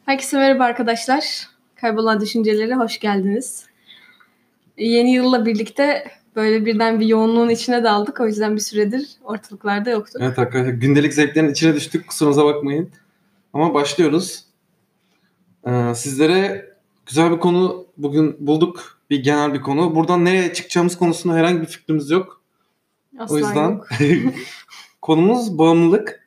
Herkese merhaba arkadaşlar. Kaybolan Düşüncelere hoş geldiniz. Yeni yılla birlikte böyle birden bir yoğunluğun içine daldık. O yüzden bir süredir ortalıklarda yoktuk. Evet arkadaşlar, gündelik zevklerin içine düştük. Kusurumuza bakmayın. Ama başlıyoruz. Sizlere güzel bir konu bugün bulduk. Bir genel bir konu. Buradan nereye çıkacağımız konusunda herhangi bir fikrimiz yok. Asla O yüzden yok. konumuz bağımlılık.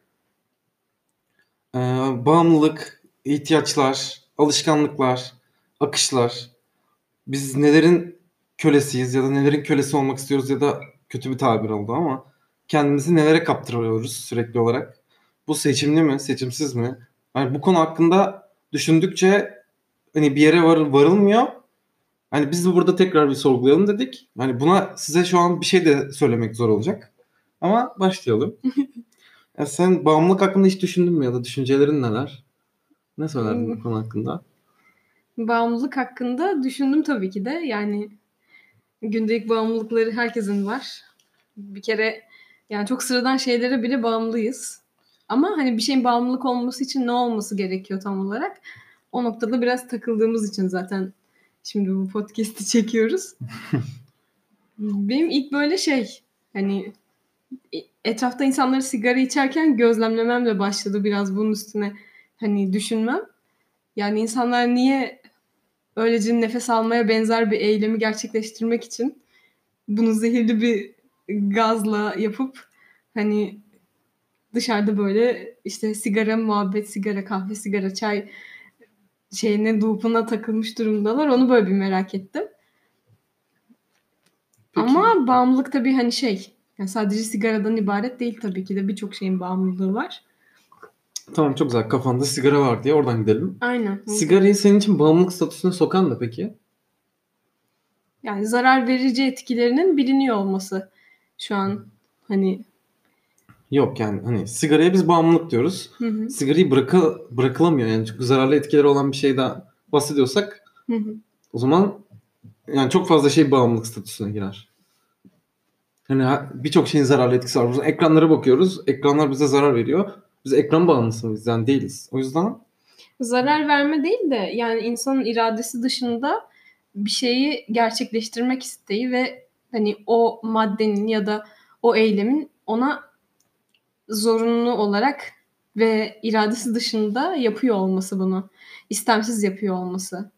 Bağımlılık, ihtiyaçlar, alışkanlıklar, akışlar. Biz nelerin kölesiyiz ya da nelerin kölesi olmak istiyoruz ya da kötü bir tabir oldu ama kendimizi nelere kaptırıyoruz sürekli olarak? Bu seçimli mi, seçimsiz mi? Yani bu konu hakkında düşündükçe hani bir yere varılmıyor. Hani biz de burada tekrar bir sorgulayalım dedik. Hani buna size şu an bir şey de söylemek zor olacak. Ama başlayalım. Ya sen bağımlılık hakkında hiç düşündün mü ya da düşüncelerin neler? Ne söylerdin bu konu hakkında? Bağımlılık hakkında düşündüm tabii ki de. Yani gündelik bağımlılıkları herkesin var. Bir kere yani çok sıradan şeylere bile bağımlıyız. Ama hani bir şeyin bağımlılık olması için ne olması gerekiyor tam olarak? O noktada biraz takıldığımız için zaten şimdi bu podcast'i çekiyoruz. Benim ilk böyle hani etrafta insanları sigara içerken gözlemlememle başladı biraz bunun üstüne hani düşünmem. Yani insanlar niye öylece nefes almaya benzer bir eylemi gerçekleştirmek için bunu zehirli bir gazla yapıp hani dışarıda böyle işte sigara muhabbet, sigara kahve, sigara çay şeyine loop'una takılmış durumdalar. Onu böyle bir merak ettim. Peki. Ama bağımlılık tabii hani yani sadece sigaradan ibaret değil tabii ki de birçok şeyin bağımlılığı var. Tamam, çok güzel. Kafanda sigara var diye oradan gidelim. Aynen. Sigarayı senin için bağımlılık statüsüne sokan da peki? Yani zarar verici etkilerinin biliniyor olması şu an hani. Yok, yani hani sigaraya biz bağımlılık diyoruz. Hı hı. Sigarayı bırakılamıyor yani, çünkü zararlı etkileri olan bir şeyden bahsediyorsak Hı hı. o zaman yani çok fazla şey bağımlılık statüsüne girer. Hani birçok şeyin zararlı etkisi var. Ekranlara bakıyoruz. Ekranlar bize zarar veriyor. Biz ekran bağımlısı mıyız? Yani değiliz. O yüzden Zarar verme değil de yani insanın iradesi dışında bir şeyi gerçekleştirmek isteği ve hani o maddenin ya da o eylemin ona zorunlu olarak ve iradesi dışında yapıyor olması bunu. İstemsiz yapıyor olması.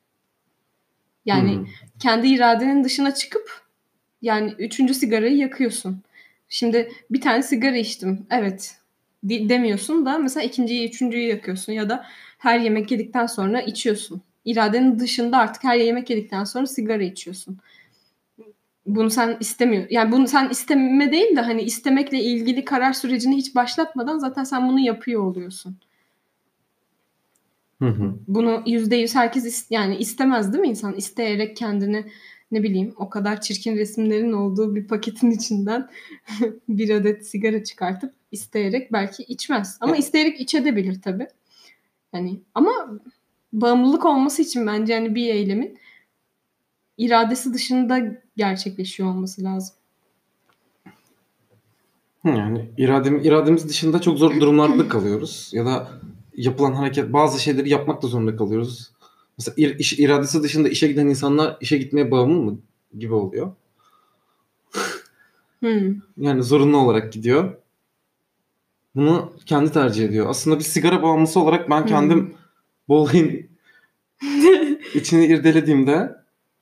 Yani kendi iradenin dışına çıkıp yani 3. sigarayı yakıyorsun. Şimdi bir tane sigara içtim. Evet demiyorsun da mesela ikinciyi, üçüncüyü yakıyorsun ya da her yemek yedikten sonra içiyorsun. İradenin dışında artık her yemek yedikten sonra sigara içiyorsun. Bunu sen istemiyor. Yani bunu sen isteme değil de hani istemekle ilgili karar sürecini hiç başlatmadan zaten sen bunu yapıyor oluyorsun. Bunu %100 herkes yani istemez değil mi insan? İsteyerek kendini ne bileyim o kadar çirkin resimlerin olduğu bir paketin içinden bir adet sigara çıkartıp isteyerek belki içmez. Ama isteyerek içebilir tabii. Hani ama bağımlılık olması için bence hani bir eylemin iradesi dışında gerçekleşiyor olması lazım. Yani irademiz dışında çok zor durumlarda kalıyoruz. Ya da yapılan bazı şeyleri yapmak da zorunda kalıyoruz. Mesela iradesi dışında işe giden insanlar işe gitmeye bağımlı mı gibi oluyor. Yani zorunlu olarak gidiyor. Bunu kendi tercih ediyor. Aslında bir sigara bağımlısı olarak ben kendim bu olayın içini irdelediğimde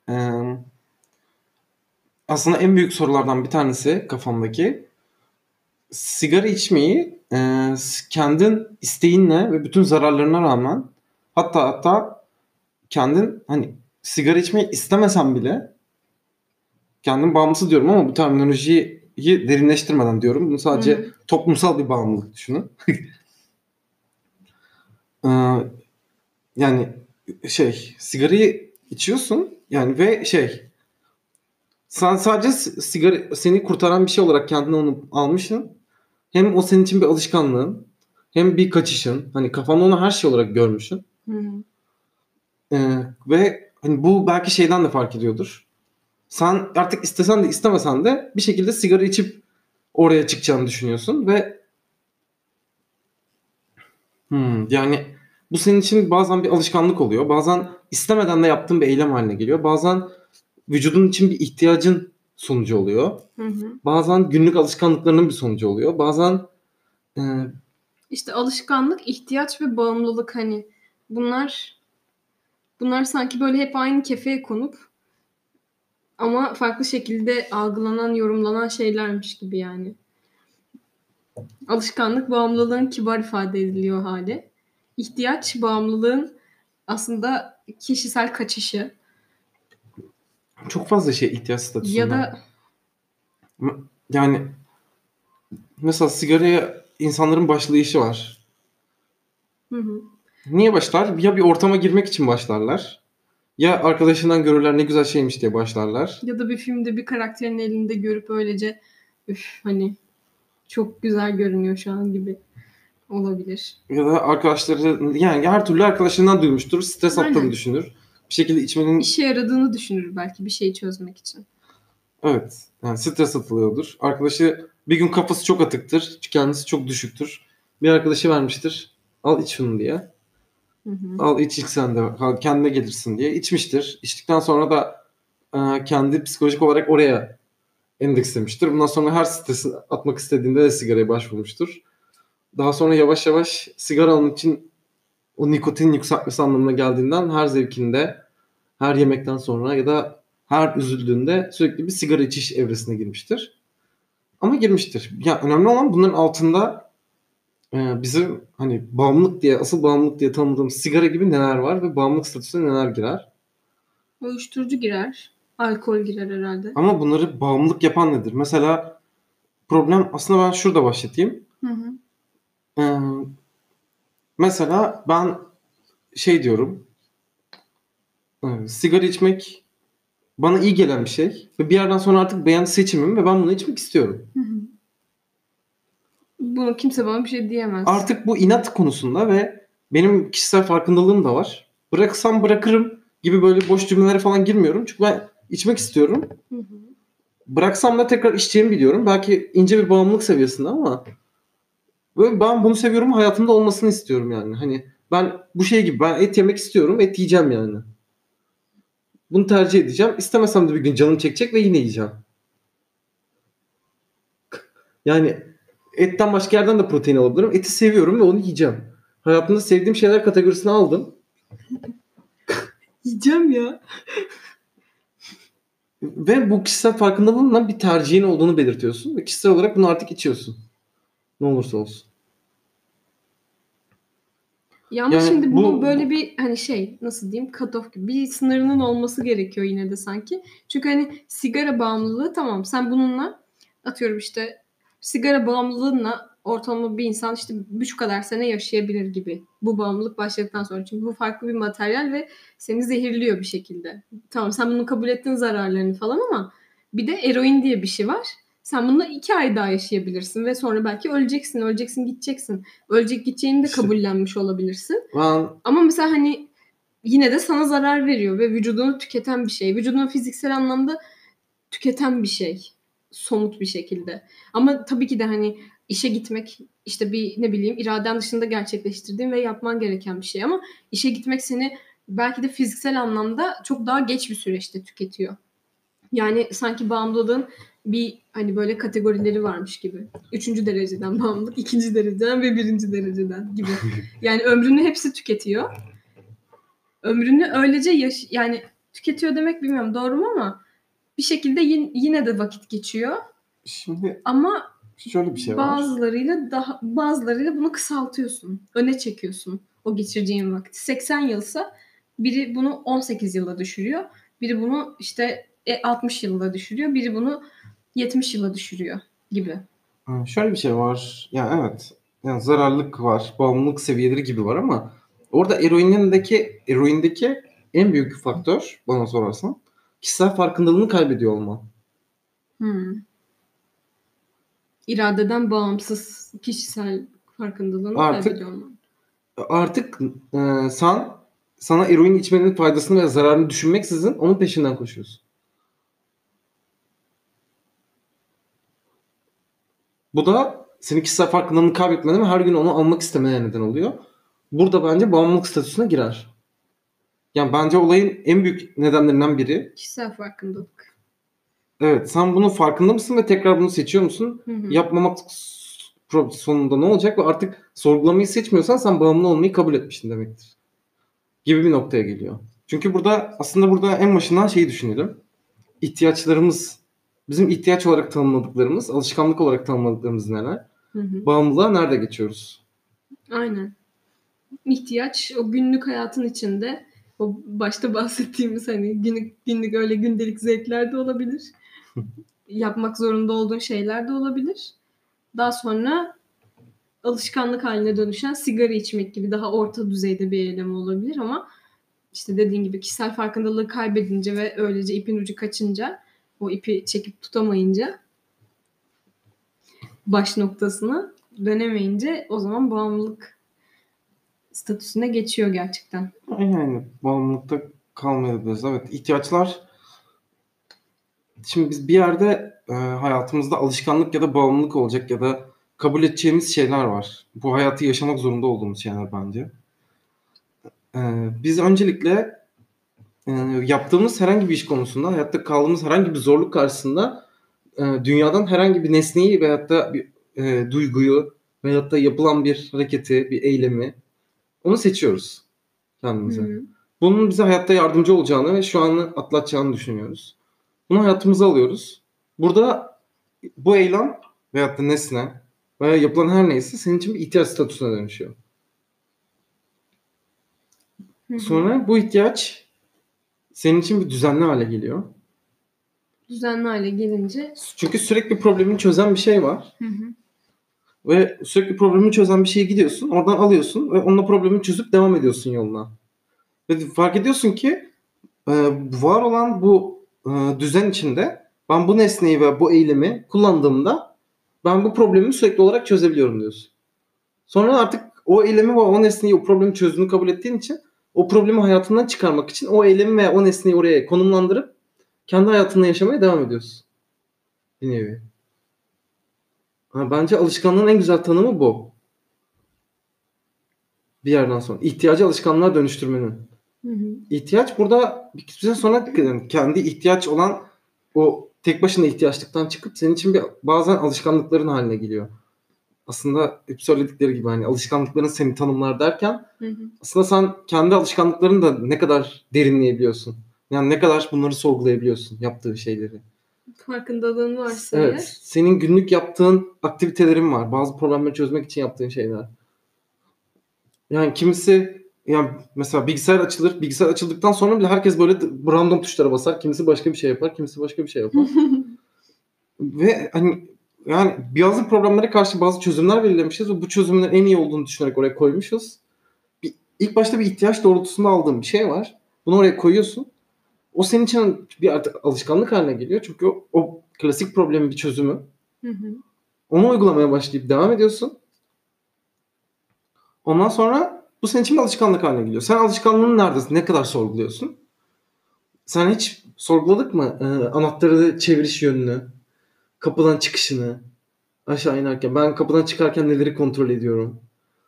aslında en büyük sorulardan bir tanesi kafamdaki, sigara içmeyi kendin isteğinle ve bütün zararlarına rağmen, hatta kendin hani sigara içmeyi istemesen bile, kendin bağımlısı diyorum ama bu terminolojiyi derinleştirmeden diyorum. Bunu sadece toplumsal bir bağımlılık düşünün. Yani sigarayı içiyorsun yani ve sen sadece sigara seni kurtaran bir şey olarak kendine onu almışsın. Hem o senin için bir alışkanlığın, hem bir kaçışın. Hani kafanda onu her şey olarak görmüşsün. Ve hani bu belki şeyden de fark ediyordur. Sen artık istesen de istemesen de bir şekilde sigara içip oraya çıkacağını düşünüyorsun ve yani Bu senin için bazen bir alışkanlık oluyor. Bazen istemeden de yaptığın bir eylem haline geliyor. Bazen vücudun için bir ihtiyacın sonucu oluyor. Hı hı. Bazen günlük alışkanlıklarının bir sonucu oluyor. Bazen e, İşte alışkanlık, ihtiyaç ve bağımlılık, hani bunlar sanki böyle hep aynı kefeye konup ama farklı şekilde algılanan, yorumlanan şeylermiş gibi yani. Alışkanlık bağımlılığın kibar ifade ediliyor hali. İhtiyaç bağımlılığın aslında kişisel kaçışı çok fazla şey ihtiyaç ya statüsünde. da Yani mesela sigaraya insanların başlayışı var. hı hı. Niye başlar? Ya bir ortama girmek için başlarlar. Ya arkadaşından görürler ne güzel şeymiş diye başlarlar. Ya da bir filmde bir karakterin elinde görüp öylece üf hani çok güzel görünüyor şu an gibi olabilir. Ya da arkadaşları yani her türlü arkadaşlarından duymuştur. Stres attığını Aynen. düşünür. Bir şekilde içmenin İşe yaradığını düşünür belki bir şeyi çözmek için. evet yani stres atılıyordur. Arkadaşı bir gün kafası çok atıktır. Kendisi çok düşüktür. Bir arkadaşı vermiştir. Al iç şunu diye. Hı hı. Al iç sen de kendine gelirsin diye. İçmiştir. İçtikten sonra da kendi psikolojik olarak oraya endekslemiştir. Bundan sonra her stresi atmak istediğinde de sigaraya başvurmuştur. Daha sonra yavaş yavaş sigara onun için o nikotin yükseltmesi anlamına geldiğinden her zevkinde, her yemekten sonra ya da her üzüldüğünde sürekli bir sigara içiş evresine girmiştir. Ama girmiştir. Ya önemli olan bunların altında bizim hani bağımlılık diye, asıl bağımlılık diye tanımladığımız sigara gibi neler var ve bağımlılık statüsüne neler girer. Uyuşturucu girer. Alkol girer herhalde. Ama bunları bağımlılık yapan nedir? Mesela problem aslında ben şurada başlatayım. Hı hı. Ee, mesela ben şey diyorum. Sigara içmek bana iyi gelen bir şey. Ve bir yerden sonra artık beğen seçimim ve ben bunu içmek istiyorum. Hı hı. Bunu kimse bana bir şey diyemez. Artık bu inat konusunda ve benim kişisel farkındalığım da var. Bıraksam bırakırım gibi böyle boş cümlelere falan girmiyorum. Çünkü ben içmek istiyorum. Hı hı. Bıraksam da tekrar içeceğimi biliyorum. Belki ince bir bağımlılık seviyesinde ama böyle ben bunu seviyorum, hayatımda olmasını istiyorum yani. Hani ben bu şey gibi ben et yemek istiyorum, et yiyeceğim yani. Bunu tercih edeceğim. İstemesem de bir gün canım çekecek ve yine yiyeceğim. Yani etten başka yerden de protein alabilirim. Eti seviyorum ve onu yiyeceğim. Hayatımda sevdiğim şeyler kategorisine aldım. Yiyeceğim ya. Ve bu kişisel farkındalığından bir tercihin olduğunu belirtiyorsun. Ve kişisel olarak bunu artık içiyorsun. Ne olursa olsun. Ya ama Yani şimdi bunun bu böyle bir hani şey nasıl diyeyim cut off gibi bir sınırının olması gerekiyor yine de sanki. Çünkü hani sigara bağımlılığı tamam sen bununla atıyorum işte sigara bağımlılığına ortalama bir insan işte şu kadar sene yaşayabilir gibi. Bu bağımlılık başladıktan sonra. Çünkü bu farklı bir materyal ve seni zehirliyor bir şekilde. Tamam sen bunu kabul ettin zararlarını falan ama bir de eroin diye bir şey var. Sen bununla 2 ay daha yaşayabilirsin ve sonra belki öleceksin, öleceksin, gideceksin. Ölecek gideceğini de işte kabullenmiş olabilirsin. ben Ama mesela hani yine de sana zarar veriyor ve vücudunu tüketen bir şey. Vücudunu fiziksel anlamda tüketen bir şey. Somut bir şekilde. Ama tabii ki de hani işe gitmek işte bir ne bileyim iraden dışında gerçekleştirdiğin ve yapman gereken bir şey ama işe gitmek seni belki de fiziksel anlamda çok daha geç bir süreçte tüketiyor. Yani sanki bağımlılığın bir hani böyle kategorileri varmış gibi. 3. dereceden bağımlılık, 2. dereceden ve 1. dereceden gibi. Yani ömrünü hepsi tüketiyor. Ömrünü öylece yani tüketiyor demek bilmiyorum doğru mu ama bir şekilde yine de vakit geçiyor. şimdi Ama şöyle bir şey var. bazılarıyla bunu kısaltıyorsun. Öne çekiyorsun o geçireceğin vakti. 80 yılsa biri bunu 18 yıla düşürüyor. Biri bunu işte 60 yıla düşürüyor. Biri bunu 70 yıla düşürüyor gibi. Şöyle bir şey var. Yani evet. Yani zararlılık var. Bağımlılık seviyeleri gibi var ama orada eroindeki en büyük faktör bana sorarsan kişisel farkındalığını kaybediyor olman. Hmm. İradeden bağımsız kişisel farkındalığını Artık kaybediyor olman. artık sana eroin içmenin faydasını ve zararını düşünmeksizin onun peşinden koşuyorsun. Bu da senin kişisel farkındalığını kaybetmene ve her gün onu almak istemene neden oluyor. burada bence bağımlılık statüsüne girer. Yani bence olayın en büyük nedenlerinden biri. Kişisel farkındalık. Evet, sen bunun farkında mısın ve tekrar bunu seçiyor musun? Yapmamak sonunda ne olacak ve artık sorgulamayı seçmiyorsan sen bağımlı olmayı kabul etmişsin demektir. Gibi bir noktaya geliyor. Çünkü aslında en başından şeyi düşünelim. İhtiyaçlarımız, bizim ihtiyaç olarak tanımladıklarımız, alışkanlık olarak tanımladıklarımız neler? Bağımlılığa nerede geçiyoruz? Aynen. İhtiyaç o günlük hayatın içinde, o başta bahsettiğimiz hani günlük öyle gündelik zevkler de olabilir. Yapmak zorunda olduğun şeyler de olabilir. Daha sonra alışkanlık haline dönüşen sigara içmek gibi daha orta düzeyde bir eylem olabilir ama işte dediğin gibi kişisel farkındalığı kaybedince ve öylece ipin ucu kaçınca, o ipi çekip tutamayınca baş noktasına dönemeyince o zaman bağımlılık statüsüne geçiyor gerçekten. Yani bağımlılıkta kalmayabiliriz. Evet, ihtiyaçlar. Şimdi biz bir yerde hayatımızda alışkanlık ya da bağımlılık olacak ya da kabul edeceğimiz şeyler var. Bu hayatı yaşamak zorunda olduğumuz şeyler bence. Biz öncelikle yaptığımız herhangi bir iş konusunda, hayatta kaldığımız herhangi bir zorluk karşısında dünyadan herhangi bir nesneyi veyahut da bir duyguyu veyahut da yapılan bir hareketi, bir eylemi, onu seçiyoruz kendimize. Bunun bize hayatta yardımcı olacağını ve şu anı atlatacağını düşünüyoruz. Bunu hayatımıza alıyoruz. Burada bu eylem veyahut da nesne veya yapılan her neyse senin için bir ihtiyaç statüsüne dönüşüyor. Sonra bu ihtiyaç senin için bir düzenli hale geliyor. Düzenli hale gelince? Çünkü sürekli problemini çözen bir şey var. Ve sürekli problemini çözen bir şeye gidiyorsun. Oradan alıyorsun ve onunla problemi çözüp devam ediyorsun yoluna. Ve fark ediyorsun ki var olan bu düzen içinde ben bu nesneyi ve bu eylemi kullandığımda ben bu problemi sürekli olarak çözebiliyorum diyorsun. Sonra artık o eylemi ve o nesneyi, o problemi çözdüğünü kabul ettiğin için o problemi hayatından çıkarmak için o eylemi ve o nesneyi oraya konumlandırıp kendi hayatında yaşamaya devam ediyorsun. Bir nevi. Bence alışkanlığın en güzel tanımı bu. Bir yerden sonra. İhtiyacı alışkanlığa dönüştürmenin. İhtiyaç burada bir süre sonra kendi ihtiyaç olan o tek başına ihtiyaçlıktan çıkıp senin için bazen alışkanlıkların haline geliyor. Aslında hep söyledikleri gibi hani alışkanlıkların seni tanımlar derken aslında sen kendi alışkanlıklarını da ne kadar derinleyebiliyorsun. Yani ne kadar bunları sorgulayabiliyorsun, yaptığın şeyleri. Farkındalığın varsa evet, eğer. Senin günlük yaptığın aktivitelerin var. Bazı problemleri çözmek için yaptığın şeyler. Yani kimisi mesela bilgisayar açılır. Bilgisayar açıldıktan sonra bile herkes böyle random tuşlara basar. Kimisi başka bir şey yapar. Kimisi başka bir şey yapar. Ve hani yani bazı problemlere karşı bazı çözümler belirlemişiz ve bu çözümlerin en iyi olduğunu düşünerek oraya koymuşuz. İlk başta bir ihtiyaç doğrultusunda aldığın bir şey var. Bunu oraya koyuyorsun. O senin için bir artık alışkanlık haline geliyor. Çünkü o klasik problemin bir çözümü. Onu uygulamaya başlayıp devam ediyorsun. Ondan sonra bu senin için bir alışkanlık haline geliyor. Sen alışkanlığın neredesin? Ne kadar sorguluyorsun? Sen hiç sorguladık mı? Anahtarı çeviriş yönünü, kapıdan çıkışını, aşağı inerken. Ben kapıdan çıkarken neleri kontrol ediyorum?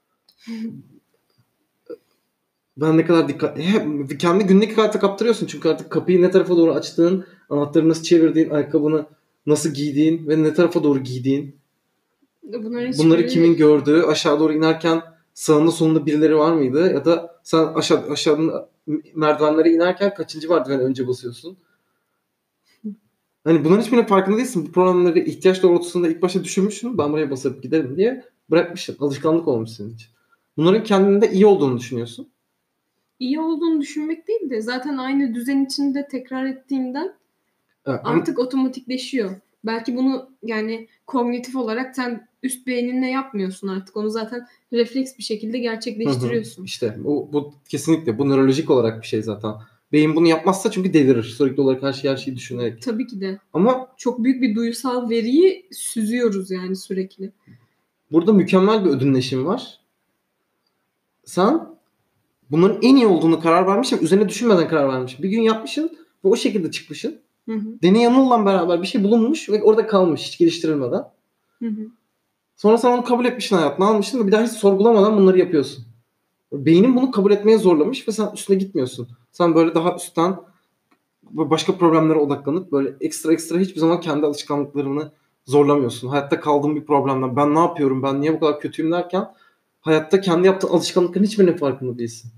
Ben ne kadar kendi günlük hayata kaptırıyorsun. Çünkü artık kapıyı ne tarafa doğru açtığın, anahtarı nasıl çevirdiğin, ayakkabını nasıl giydiğin ve ne tarafa doğru giydiğin. Bunları kimin gördüğü, aşağı doğru inerken sağında solunda birileri var mıydı? Ya da sen aşağıdan merdivenlere inerken kaçıncı merdivene önce basıyorsun? Hani bunların hiçbirine farkında değilsin. Bu problemleri ihtiyaç doğrultusunda ilk başta düşünmüşsün. Ben buraya basıp giderim diye bırakmışsın. Alışkanlık olmuş senin için. Bunların kendinde iyi olduğunu düşünüyorsun. İyi olduğunu düşünmek değil de zaten aynı düzen içinde tekrar ettiğinden artık otomatikleşiyor. Belki bunu yani kognitif olarak sen üst beyninle yapmıyorsun artık. Onu zaten refleks bir şekilde gerçekleştiriyorsun. İşte bu kesinlikle bu nörolojik olarak bir şey zaten. Beyin bunu yapmazsa çünkü delirir. Sürekli olarak her şeyi düşünerek. Tabii ki de. Ama çok büyük bir duysal veriyi süzüyoruz yani sürekli. Burada mükemmel bir ödünleşim var. Sen bunların en iyi olduğunu karar vermişsin. Üzerine düşünmeden karar vermişsin. Bir gün yapmışsın ve o şekilde çıkmışsın. Deney yanılla beraber bir şey bulunmuş ve orada kalmış hiç geliştirilmeden. Sonra sen onu kabul etmişsin hayatına almışsın ve bir daha hiç sorgulamadan bunları yapıyorsun. Beynin bunu kabul etmeye zorlamış ve sen üstüne gitmiyorsun. Sen böyle daha üstten başka problemlere odaklanıp böyle ekstra hiçbir zaman kendi alışkanlıklarını zorlamıyorsun. Hayatta kaldığın bir problemden ben ne yapıyorum, ben niye bu kadar kötüyüm derken hayatta kendi yaptığın alışkanlıkların hiçbirinin farkında değilsin.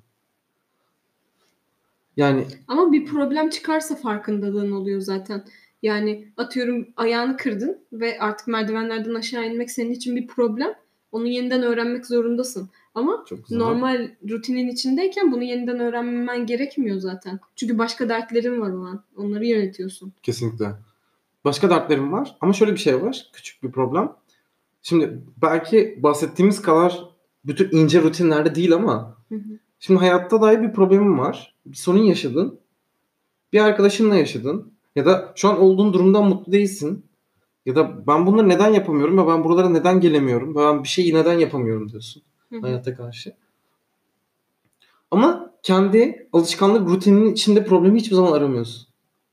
Yani Ama bir problem çıkarsa farkındalığın oluyor zaten. Yani atıyorum ayağını kırdın ve artık merdivenlerden aşağı inmek senin için bir problem. Onu yeniden öğrenmek zorundasın. Ama çok güzel. normal rutinin içindeyken bunu yeniden öğrenmen gerekmiyor zaten. Çünkü başka dertlerin var o an. Onları yönetiyorsun. Kesinlikle. Başka dertlerim var ama şöyle bir şey var. Küçük bir problem. Şimdi belki bahsettiğimiz kadar bütün ince rutinlerde değil ama şimdi hayatta dair bir problemin var. Bir sorun yaşadın. Bir arkadaşınla yaşadın. Ya da şu an olduğun durumdan mutlu değilsin. Ya da ben bunları neden yapamıyorum ve ben buralara neden gelemiyorum ve ben bir şeyi neden yapamıyorum diyorsun hayata karşı. Ama kendi alışkanlık rutininin içinde problemi hiçbir zaman aramıyorsun.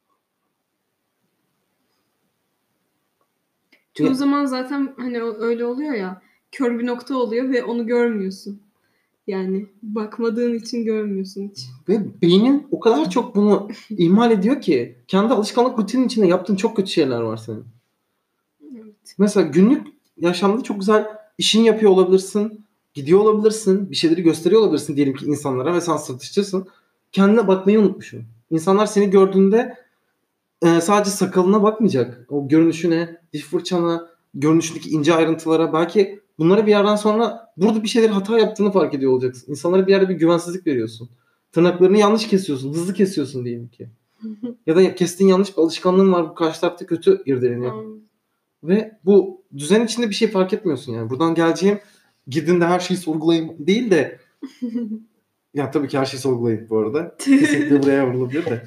Çoğu zaman zaten hani öyle oluyor ya. Kör bir nokta oluyor ve onu görmüyorsun. Yani bakmadığın için görmüyorsun hiç. Ve beynin o kadar çok bunu ihmal ediyor ki kendi alışkanlık rutinin içinde yaptığın çok kötü şeyler var senin. Evet. Mesela günlük yaşamda çok güzel işini yapıyor olabilirsin. Gidiyor olabilirsin. Bir şeyleri gösteriyor olabilirsin diyelim ki insanlara ve sen satışçısın. Kendine bakmayı unutmuşsun. İnsanlar seni gördüğünde sadece sakalına bakmayacak. O görünüşüne, diş fırçana, görünüşündeki ince ayrıntılara. Belki bunlara bir yerden sonra burada bir şeyleri hata yaptığını fark ediyor olacaksın. İnsanlara bir yerde bir güvensizlik veriyorsun. Tırnaklarını yanlış kesiyorsun. Hızlı kesiyorsun diyelim ki. Ya da kestiğin yanlış bir alışkanlığın var. Bu karşı tarafta kötü irdeleniyor. Ve bu düzen içinde bir şey fark etmiyorsun yani. Buradan geleceğim gidin de her şeyi sorgulayın değil de ya tabii ki her şeyi sorgulayın bu arada. Kesinlikle buraya vurulabilir de.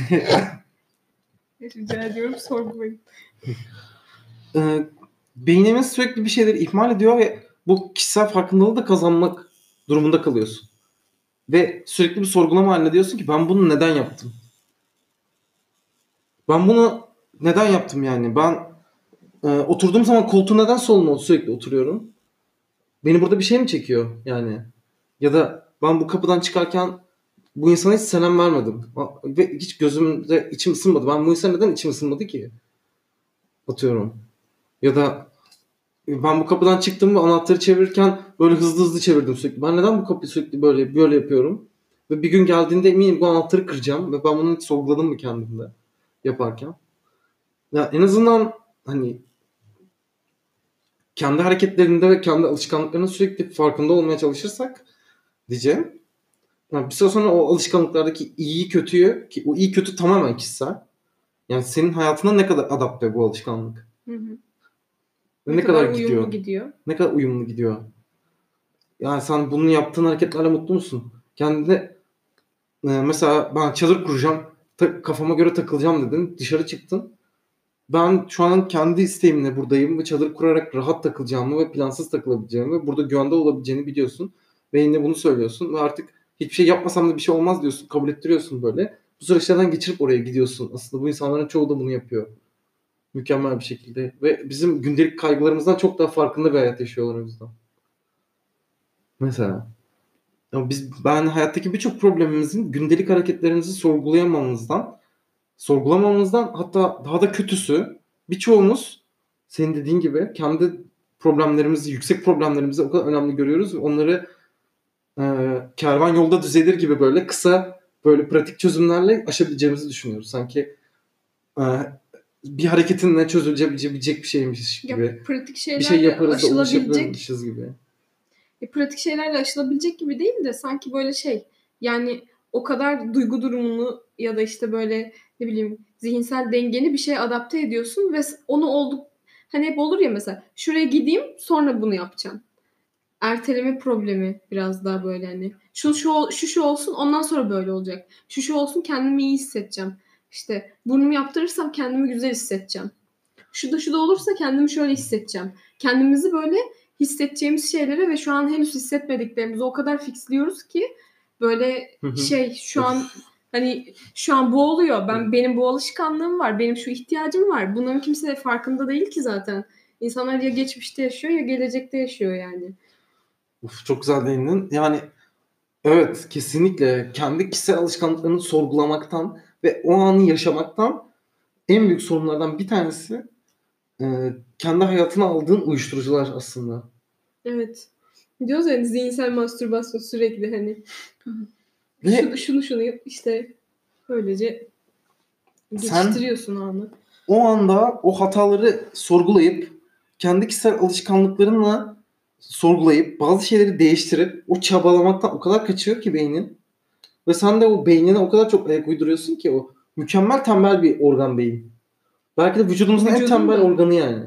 Rica ediyorum sorgulayın. Beynimiz sürekli bir şeyleri ihmal ediyor ve bu kişisel farkındalığı da kazanmak durumunda kalıyorsun. Ve sürekli bir sorgulama haline diyorsun ki ben bunu neden yaptım? Ben bunu neden yaptım yani? Ben oturduğum zaman koltuğun neden soluna sürekli oturuyorum? Beni burada bir şey mi çekiyor yani? Ya da ben bu kapıdan çıkarken bu insana hiç selam vermedim. Ve hiç gözümde içim ısınmadı. Ben bu insana neden içim ısınmadı ki? Atıyorum. Ya da ben bu kapıdan çıktım ve anahtarı çevirirken böyle hızlı çevirdim sürekli. Ben neden bu kapıyı sürekli böyle yapıyorum? Ve bir gün geldiğinde eminim bu anahtarı kıracağım ve ben bunu hiç sorguladım mı kendimde yaparken? Ya en azından hani kendi hareketlerinde ve kendi alışkanlıklarının sürekli farkında olmaya çalışırsak diyeceğim. Yani bir süre sonra o alışkanlıklardaki iyiyi kötüyü ki o iyi kötü tamamen kişisel. Yani senin hayatına ne kadar adapte bu alışkanlık? Ve ne kadar uyumlu gidiyor? Ne kadar uyumlu gidiyor? Yani sen bunun yaptığın hareketlerle mutlu musun? Kendine mesela ben çadır kuracağım, kafama göre takılacağım dedin, dışarı çıktın. Ben şu an kendi isteğimle buradayım ve çadır kurarak rahat takılacağımı ve plansız takılabileceğimi ve burada güvende olabileceğini biliyorsun. Ve yine bunu söylüyorsun ve artık hiçbir şey yapmasam da bir şey olmaz diyorsun, kabul ettiriyorsun böyle. Bu süreçlerden geçirip oraya gidiyorsun. Aslında bu insanların çoğu da bunu yapıyor. Mükemmel bir şekilde. Ve bizim gündelik kaygılarımızdan çok daha farkında bir hayat yaşıyorlar o yüzden. Mesela. Ya ben hayattaki birçok problemimizin gündelik hareketlerimizi sorgulamamızdan hatta daha da kötüsü birçoğumuz senin dediğin gibi kendi problemlerimizi, yüksek problemlerimizi o kadar önemli görüyoruz ve onları kervan yolda düzelir gibi böyle kısa böyle pratik çözümlerle aşabileceğimizi düşünüyoruz. Sanki bir hareketinle çözülebilecek bir şeymiş gibi. Ya, pratik bir şey yaparız da aşılabilecek ulaşabilirmişiz gibi. pratik şeylerle aşılabilecek gibi değil de sanki böyle yani o kadar duygu durumunu ya da işte böyle ne bileyim zihinsel dengeni bir şeye adapte ediyorsun ve onu hani hep olur ya mesela şuraya gideyim sonra bunu yapacağım. Erteleme problemi biraz daha böyle hani şu olsun ondan sonra böyle olacak. Şu olsun kendimi iyi hissedeceğim. İşte burnumu yaptırırsam kendimi güzel hissedeceğim. Şu da olursa kendimi şöyle hissedeceğim. Kendimizi böyle hissedeceğimiz şeylere ve şu an henüz hissetmediklerimizi o kadar fixliyoruz ki böyle şu an hani şu an bu oluyor. Benim bu alışkanlığım var. Benim şu ihtiyacım var. Bunların kimse de farkında değil ki zaten. İnsanlar ya geçmişte yaşıyor ya gelecekte yaşıyor yani. Uf, çok güzel değindin. Yani Evet, kesinlikle kendi kişisel alışkanlıklarını sorgulamaktan ve o anı yaşamaktan en büyük sorunlardan bir tanesi kendi hayatına aldığın uyuşturucular aslında. Evet. Diyoruz ya hani zihinsel mastürbasyon sürekli hani Ve şunu yap işte böylece sen geçiştiriyorsun anı. o anda o hataları sorgulayıp kendi kişisel alışkanlıklarınla sorgulayıp bazı şeyleri değiştirip o çabalamaktan o kadar kaçıyor ki beynin. Ve sen de o beynine o kadar çok ayak uyduruyorsun ki o mükemmel tembel bir organ beyin. Belki de vücudumuzun en Vücudun tembel da. organı yani.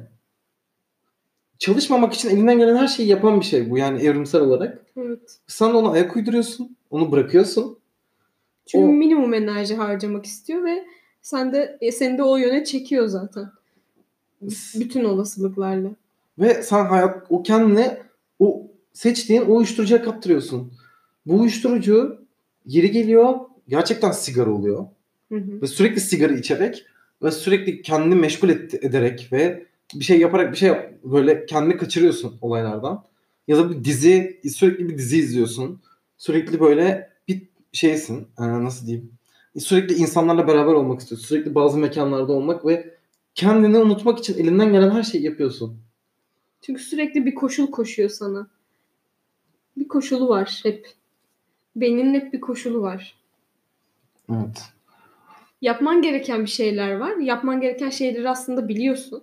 Çalışmamak için elinden gelen her şeyi yapan bir şey bu yani evrimsel olarak. Evet. Sen de ona ayak uyduruyorsun. Onu bırakıyorsun. Çünkü O minimum enerji harcamak istiyor ve seni de o yöne çekiyor zaten. Bütün olasılıklarla. ve sen hayat o kendine o seçtiğin o uyuşturucuya kaptırıyorsun. Bu uyuşturucu yeri geliyor gerçekten sigara oluyor. Hı hı. Ve sürekli sigara içerek ve sürekli kendini meşgul ederek ve bir şey yaparak bir şey böyle kendini kaçırıyorsun olaylardan. Ya da bir dizi sürekli bir dizi izliyorsun. Sürekli böyle bir şeysin. Nasıl diyeyim? Sürekli insanlarla beraber olmak istiyorsun. Sürekli bazı mekanlarda olmak ve kendini unutmak için elinden gelen her şeyi yapıyorsun. Çünkü sürekli bir koşul koşuyor sana. Bir koşulu var hep. Beyninin hep bir koşulu var. Evet. Yapman gereken bir şeyler var. Yapman gereken şeyleri aslında biliyorsun.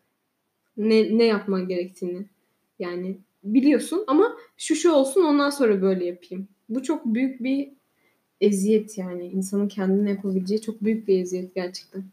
Ne yapman gerektiğini. Yani biliyorsun ama şu olsun ondan sonra böyle yapayım. Bu çok büyük bir eziyet yani. İnsanın kendine yapabileceği çok büyük bir eziyet gerçekten.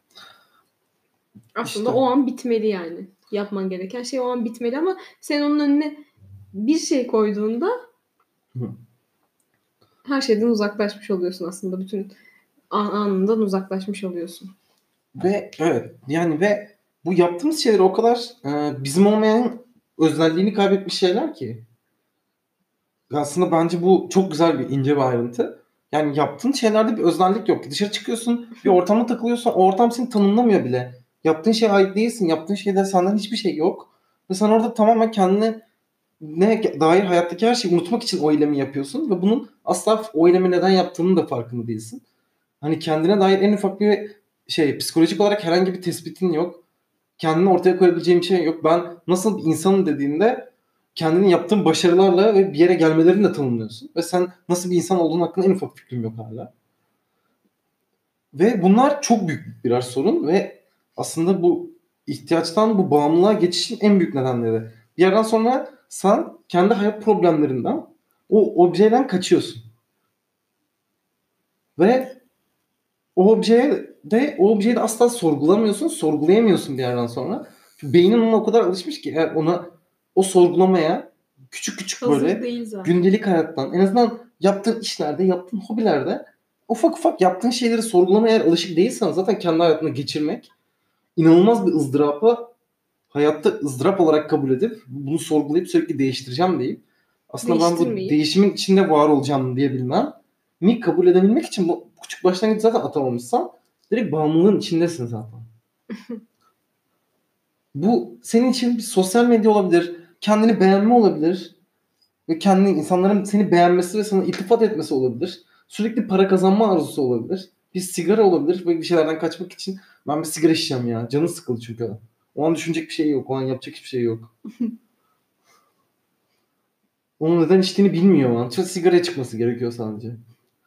Aslında İşte. o an bitmeli yani. Yapman gereken şey o an bitmeli ama sen onun önüne bir şey koyduğunda Hı. her şeyden uzaklaşmış oluyorsun aslında. Bütün anından uzaklaşmış oluyorsun. Ve evet yani ve bu yaptığımız şeyler o kadar bizim olmayan özelliğini kaybetmiş şeyler ki. Aslında bence bu çok güzel bir ince bir ayrıntı. Yani yaptığın şeylerde bir öznellik yok. Dışarı çıkıyorsun, bir ortamda takılıyorsun, o ortam seni tanımlamıyor bile. Yaptığın şeye ait değilsin. Yaptığın şeyde senden hiçbir şey yok. Ve sen orada tamamen kendine ne dair hayattaki her şeyi unutmak için o eylemi yapıyorsun. Ve bunun asla o eylemi neden yaptığının da farkında değilsin. Hani kendine dair en ufak bir şey, psikolojik olarak herhangi bir tespitin yok. Kendini ortaya koyabileceğin bir şey yok. Ben nasıl bir insanım dediğinde kendini yaptığın başarılarla ve bir yere gelmelerini de tanımlıyorsun. Ve sen nasıl bir insan olduğun hakkında en ufak fikrim yok hala. Ve bunlar çok büyük birer sorun ve aslında bu ihtiyaçtan bu bağımlılığa geçişin en büyük nedenleri. Bir yerden sonra sen kendi hayat problemlerinden o objeden kaçıyorsun. Ve o objeyi de asla sorgulamıyorsun, sorgulayamıyorsun bir yerden sonra. Çünkü beynin ona o kadar alışmış ki eğer ona o sorgulamaya küçük küçük Hazır böyle değil zaten. gündelik hayattan en azından yaptığın işlerde, yaptığın hobilerde ufak ufak yaptığın şeyleri sorgulamaya eğer alışık değilsen zaten kendi hayatını geçirmek inanılmaz bir ızdırapa hayatta ızdırap olarak kabul edip bunu sorgulayıp sürekli değiştireceğim deyip aslında ben bu Değiştirmeyip değişimin içinde var olacağım diyebilmem mi kabul edebilmek için bu küçük başlangıç zaten atamamışsan direkt bağımlılığın içindesin zaten. Bu senin için bir sosyal medya olabilir, kendini beğenme olabilir ve kendi insanların seni beğenmesi ve sana iltifat etmesi olabilir. Sürekli para kazanma arzusu olabilir. Bir sigara olabilir ve bir şeylerden kaçmak için ben bir sigara içeceğim ya. Canı sıkıldı çünkü. O an düşünecek bir şey yok. O an yapacak hiçbir şey yok. Onun neden içtiğini bilmiyor o an. Sigaraya çıkması gerekiyor sadece.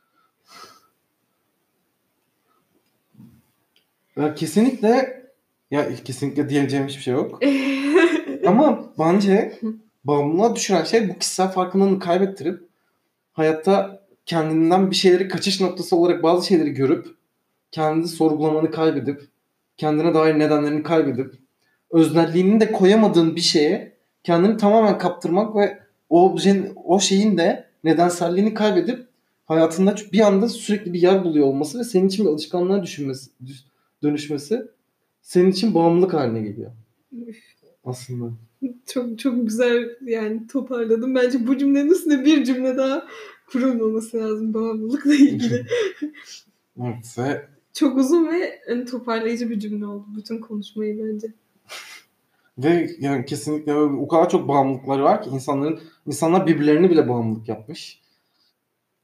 Kesinlikle kesinlikle diyeceğim hiçbir şey yok. Ama bence bağımlılığa düşüren şey bu kişisel farkındalığını kaybettirip hayatta kendinden bir şeyleri kaçış noktası olarak bazı şeyleri görüp kendini sorgulamanı kaybedip kendine dair nedenlerini kaybedip öznelliğini de koyamadığın bir şeye kendini tamamen kaptırmak ve o şeyin de nedenselliğini kaybedip hayatında bir anda sürekli bir yer buluyor olması ve senin için bir alışkanlığa dönüşmesi senin için bağımlılık haline geliyor aslında. çok çok güzel yani toparladım. Bence bu cümlenin üstüne bir cümle daha kurulmaması lazım bağımlılıkla ilgili. Evet ve Çok uzun ve hani toparlayıcı bir cümle oldu bütün konuşmayı bence. yani kesinlikle o kadar çok bağımlılıkları var ki insanlar birbirlerine bile bağımlılık yapmış.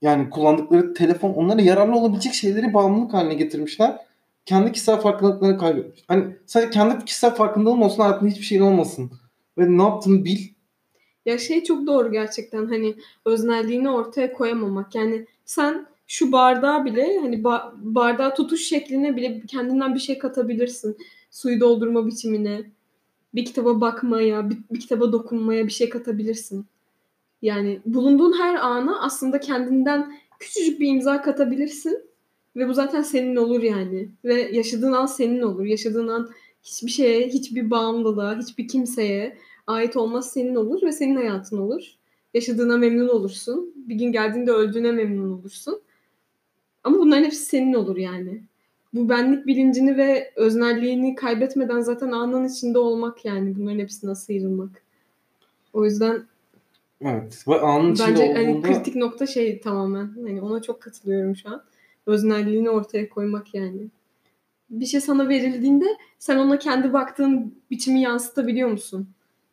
yani kullandıkları telefon, onlara yararlı olabilecek şeyleri bağımlılık haline getirmişler. Kendi kişisel farkındalıklarını kaybetmiş. Hani sadece kendi kişisel farkındalığın olsun, hayatında hiçbir şeyin olmasın. Ve ne yaptığını bil. Ya şey çok doğru gerçekten, hani öznelliğini ortaya koyamamak. Yani sen şu bardağı bile, hani bardağı tutuş şekline bile kendinden bir şey katabilirsin. Suyu doldurma biçimine, bir kitaba bakmaya, bir kitaba dokunmaya bir şey katabilirsin. Yani bulunduğun her ana aslında kendinden küçücük bir imza katabilirsin ve bu zaten senin olur yani. Ve yaşadığın an senin olur. Yaşadığın an hiçbir şeye, hiçbir bağımlılığa, hiçbir kimseye ait olmaz, senin olur ve senin hayatın olur. Yaşadığına memnun olursun. Bir gün geldiğinde öldüğüne memnun olursun. Ama bunların hepsi senin olur yani. Bu benlik bilincini ve öznelliğini kaybetmeden zaten anın içinde olmak yani. Bunların hepsinden sıyrılmak. O yüzden Evet. Ve anın içinde bence hani olduğunda kritik nokta şey tamamen. Hani ona çok katılıyorum şu an. Öznelliğini ortaya koymak yani. Bir şey sana verildiğinde sen ona kendi baktığın biçimi yansıtabiliyor musun?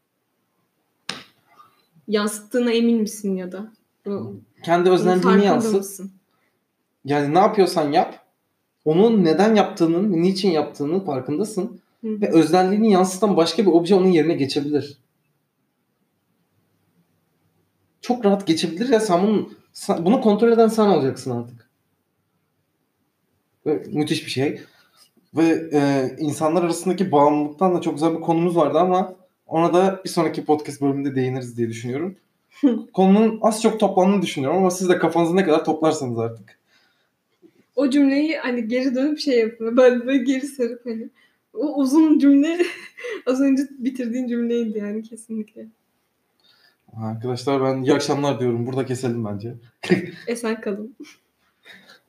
Yansıttığına emin misin ya da? kendi Bunun öznelliğini farkında yansıt. mısın? Yani ne yapıyorsan yap. Onun neden yaptığının, niçin yaptığının farkındasın. Hı hı. Ve öznelliğini yansıtan başka bir obje onun yerine geçebilir. Çok rahat geçebilir ya, bunu kontrol eden sen olacaksın artık. Ve müthiş bir şey. Ve insanlar arasındaki bağımlılıktan da çok güzel bir konumuz vardı ama ona da bir sonraki podcast bölümünde değiniriz diye düşünüyorum. Konunun az çok toplandığını düşünüyorum ama siz de kafanızı ne kadar toplarsanız artık. O cümleyi hani geri dönüp şey yapma. Böyle geri sarıp hani. O uzun cümle az önce bitirdiğin cümleydi yani kesinlikle. Arkadaşlar ben iyi akşamlar diyorum. Burada keselim bence. Esen kalın.